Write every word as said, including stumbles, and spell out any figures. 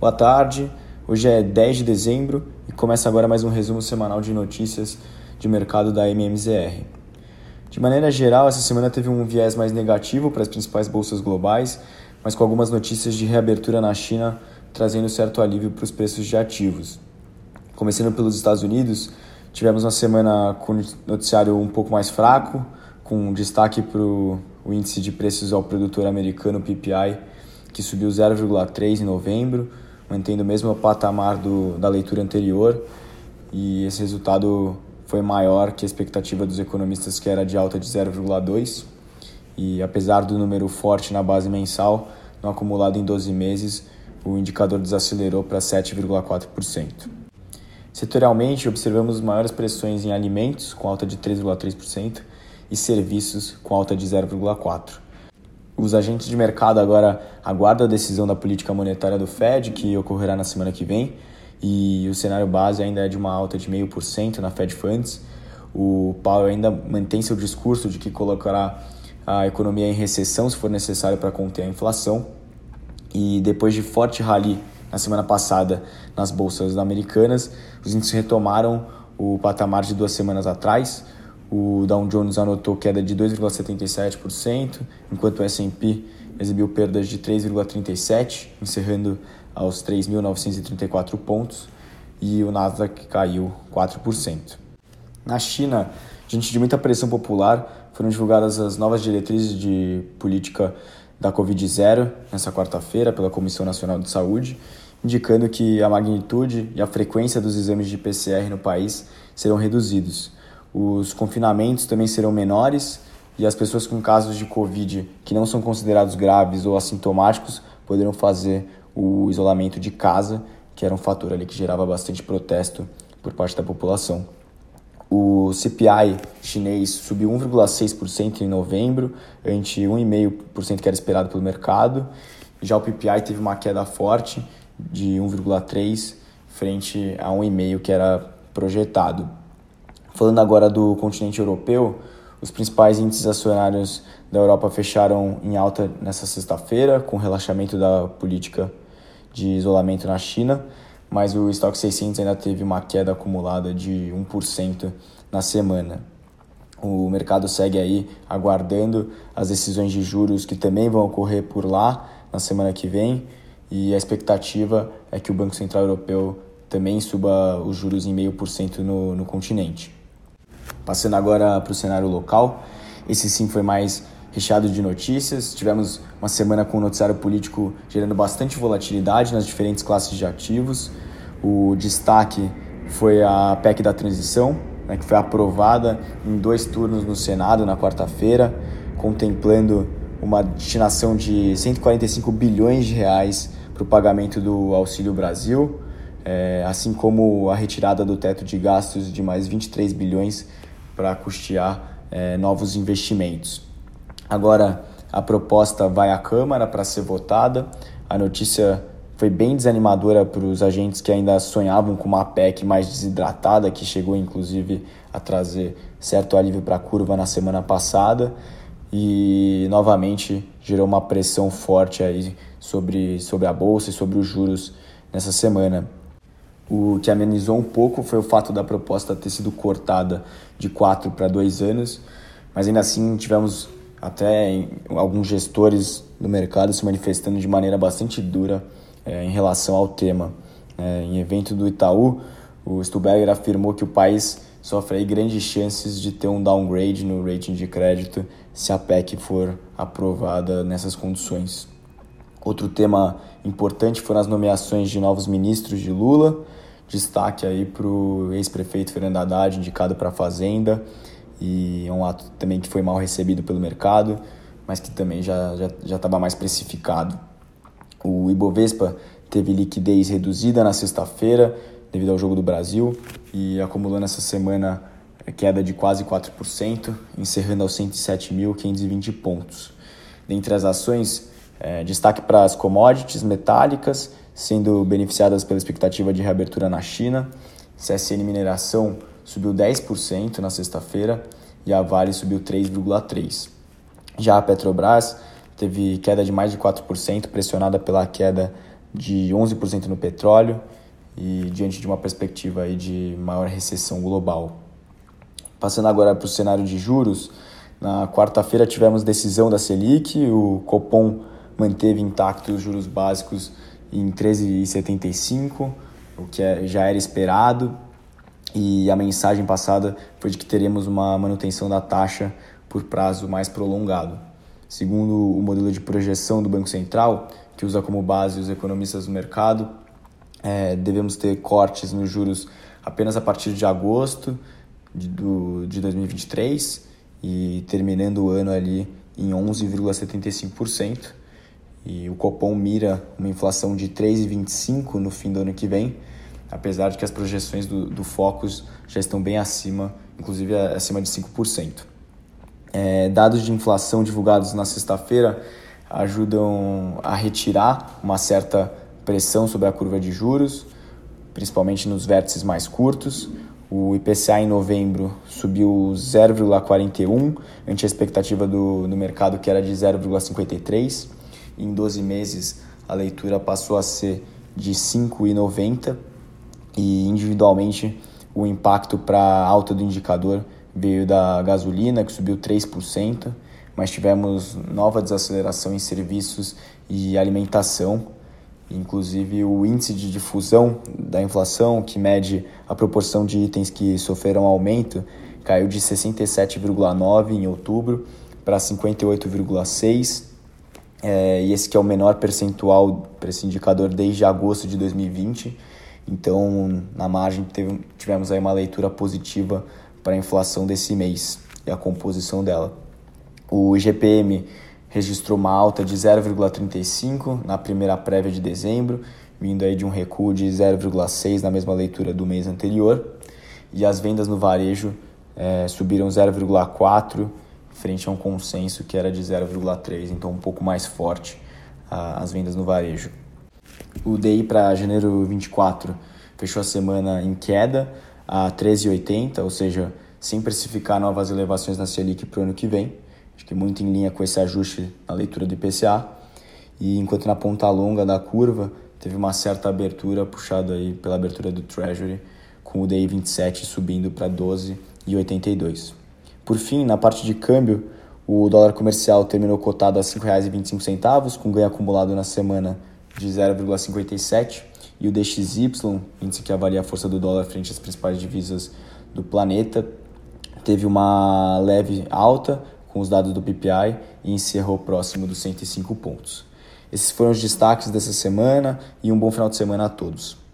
Boa tarde, hoje é dez de dezembro e começa agora mais um resumo semanal de notícias de mercado da M M Z R. De maneira geral, essa semana teve um viés mais negativo para as principais bolsas globais, mas com algumas notícias de reabertura na China trazendo certo alívio para os preços de ativos. Começando pelos Estados Unidos, tivemos uma semana com noticiário um pouco mais fraco, com destaque para o índice de preços ao produtor americano, P P I, que subiu zero vírgula três em novembro, mantendo o mesmo patamar do, da leitura anterior, e esse resultado foi maior que a expectativa dos economistas, que era de alta de zero vírgula dois, e apesar do número forte na base mensal, no acumulado em doze meses, o indicador desacelerou para sete vírgula quatro por cento. Setorialmente, observamos maiores pressões em alimentos, com alta de três vírgula três por cento, e serviços, com alta de zero vírgula quatro por cento. Os agentes de mercado agora aguardam a decisão da política monetária do Fed, que ocorrerá na semana que vem, e o cenário base ainda é de uma alta de zero vírgula cinco por cento na Fed Funds. O Powell ainda mantém seu discurso de que colocará a economia em recessão se for necessário para conter a inflação. E depois de forte rally na semana passada nas bolsas americanas, os índices retomaram o patamar de duas semanas atrás. O Dow Jones anotou queda de dois vírgula setenta e sete por cento, enquanto o S and P exibiu perdas de três vírgula trinta e sete por cento, encerrando aos três mil novecentos e trinta e quatro pontos, e o Nasdaq caiu quatro por cento. Na China, diante de muita pressão popular, foram divulgadas as novas diretrizes de política da covid zero nessa quarta-feira pela Comissão Nacional de Saúde, indicando que a magnitude e a frequência dos exames de P C R no país serão reduzidos. Os confinamentos também serão menores e as pessoas com casos de Covid que não são considerados graves ou assintomáticos poderão fazer o isolamento de casa, que era um fator ali que gerava bastante protesto por parte da população. O C P I chinês subiu um vírgula seis por cento em novembro, ante um vírgula cinco por cento que era esperado pelo mercado. Já o P P I teve uma queda forte de um vírgula três por cento frente a um vírgula cinco por cento que era projetado. Falando agora do continente europeu, os principais índices acionários da Europa fecharam em alta nesta sexta-feira, com o relaxamento da política de isolamento na China, mas o Stoxx seiscentos ainda teve uma queda acumulada de um por cento na semana. O mercado segue aí aguardando as decisões de juros que também vão ocorrer por lá na semana que vem, e a expectativa é que o Banco Central Europeu também suba os juros em zero vírgula cinco por cento no, no continente. Passando agora para o cenário local, esse sim foi mais recheado de notícias. Tivemos uma semana com o noticiário político gerando bastante volatilidade nas diferentes classes de ativos. O destaque foi a P E C da transição, né, que foi aprovada em dois turnos no Senado na quarta-feira, contemplando uma destinação de cento e quarenta e cinco bilhões de reais para o pagamento do Auxílio Brasil, é, assim como a retirada do teto de gastos de mais vinte e três bilhões para custear é, novos investimentos. Agora a proposta vai à Câmara para ser votada. A notícia foi bem desanimadora para os agentes que ainda sonhavam com uma P E C mais desidratada, que chegou inclusive a trazer certo alívio para a curva na semana passada, e novamente gerou uma pressão forte aí sobre, sobre a Bolsa e sobre os juros nessa semana. O que amenizou um pouco foi o fato da proposta ter sido cortada de quatro para dois anos, mas ainda assim tivemos até alguns gestores do mercado se manifestando de maneira bastante dura é, em relação ao tema. É, em evento do Itaú, o Stuberger afirmou que o país sofre aí grandes chances de ter um downgrade no rating de crédito se a P E C for aprovada nessas condições. Outro tema importante foram as nomeações de novos ministros de Lula. Destaque aí para o ex-prefeito Fernando Haddad, indicado para a Fazenda, e é um ato também que foi mal recebido pelo mercado, mas que também já já já estava mais precificado. O Ibovespa teve liquidez reduzida na sexta-feira devido ao Jogo do Brasil e acumulou nessa semana queda de quase quatro por cento, encerrando aos cento e sete mil quinhentos e vinte pontos. Dentre as ações, é, destaque para as commodities metálicas, sendo beneficiadas pela expectativa de reabertura na China. C S N Mineração subiu dez por cento na sexta-feira e a Vale subiu três vírgula três por cento. Já a Petrobras teve queda de mais de quatro por cento, pressionada pela queda de onze por cento no petróleo e diante de uma perspectiva aí de maior recessão global. Passando agora para o cenário de juros, na quarta-feira tivemos decisão da Selic, o Copom manteve intactos os juros básicos em treze vírgula setenta e cinco, o que é, já era esperado, e a mensagem passada foi de que teremos uma manutenção da taxa por prazo mais prolongado. Segundo o modelo de projeção do Banco Central, que usa como base os economistas do mercado, é, devemos ter cortes nos juros apenas a partir de agosto de, do, de dois mil e vinte e três e terminando o ano ali em onze vírgula setenta e cinco por cento. E o Copom mira uma inflação de três vírgula vinte e cinco por cento no fim do ano que vem, apesar de que as projeções do, do Focus já estão bem acima, inclusive acima de cinco por cento. É, dados de inflação divulgados na sexta-feira ajudam a retirar uma certa pressão sobre a curva de juros, principalmente nos vértices mais curtos. O I P C A em novembro subiu zero vírgula quarenta e um, ante a expectativa do, do mercado que era de zero vírgula cinquenta e três. Em doze meses, a leitura passou a ser de cinco vírgula noventa e, individualmente, o impacto para a alta do indicador veio da gasolina, que subiu três por cento, mas tivemos nova desaceleração em serviços e alimentação. Inclusive, o índice de difusão da inflação, que mede a proporção de itens que sofreram aumento, caiu de sessenta e sete vírgula nove em outubro para cinquenta e oito vírgula seis, é, e esse que é o menor percentual para esse indicador desde agosto de dois mil e vinte. Então, na margem, teve, tivemos aí uma leitura positiva para a inflação desse mês e a composição dela. O I G P M registrou uma alta de zero vírgula trinta e cinco na primeira prévia de dezembro, vindo aí de um recuo de zero vírgula seis na mesma leitura do mês anterior. E as vendas no varejo é, subiram zero vírgula quatro frente a um consenso que era de zero vírgula três, então um pouco mais forte a, as vendas no varejo. O D I para janeiro vinte e quatro fechou a semana em queda a treze vírgula oitenta, ou seja, sem precificar novas elevações na Selic para o ano que vem. Acho que muito em linha com esse ajuste na leitura do I P C A. E enquanto na ponta longa da curva teve uma certa abertura puxada aí pela abertura do Treasury, com o D I vinte e sete subindo para doze vírgula oitenta e dois. Por fim, na parte de câmbio, o dólar comercial terminou cotado a cinco reais e vinte e cinco centavos, com ganho acumulado na semana de zero vírgula cinquenta e sete, e o D X Y, índice que avalia a força do dólar frente às principais divisas do planeta, teve uma leve alta com os dados do P P I e encerrou próximo dos cento e cinco pontos. Esses foram os destaques dessa semana e um bom final de semana a todos.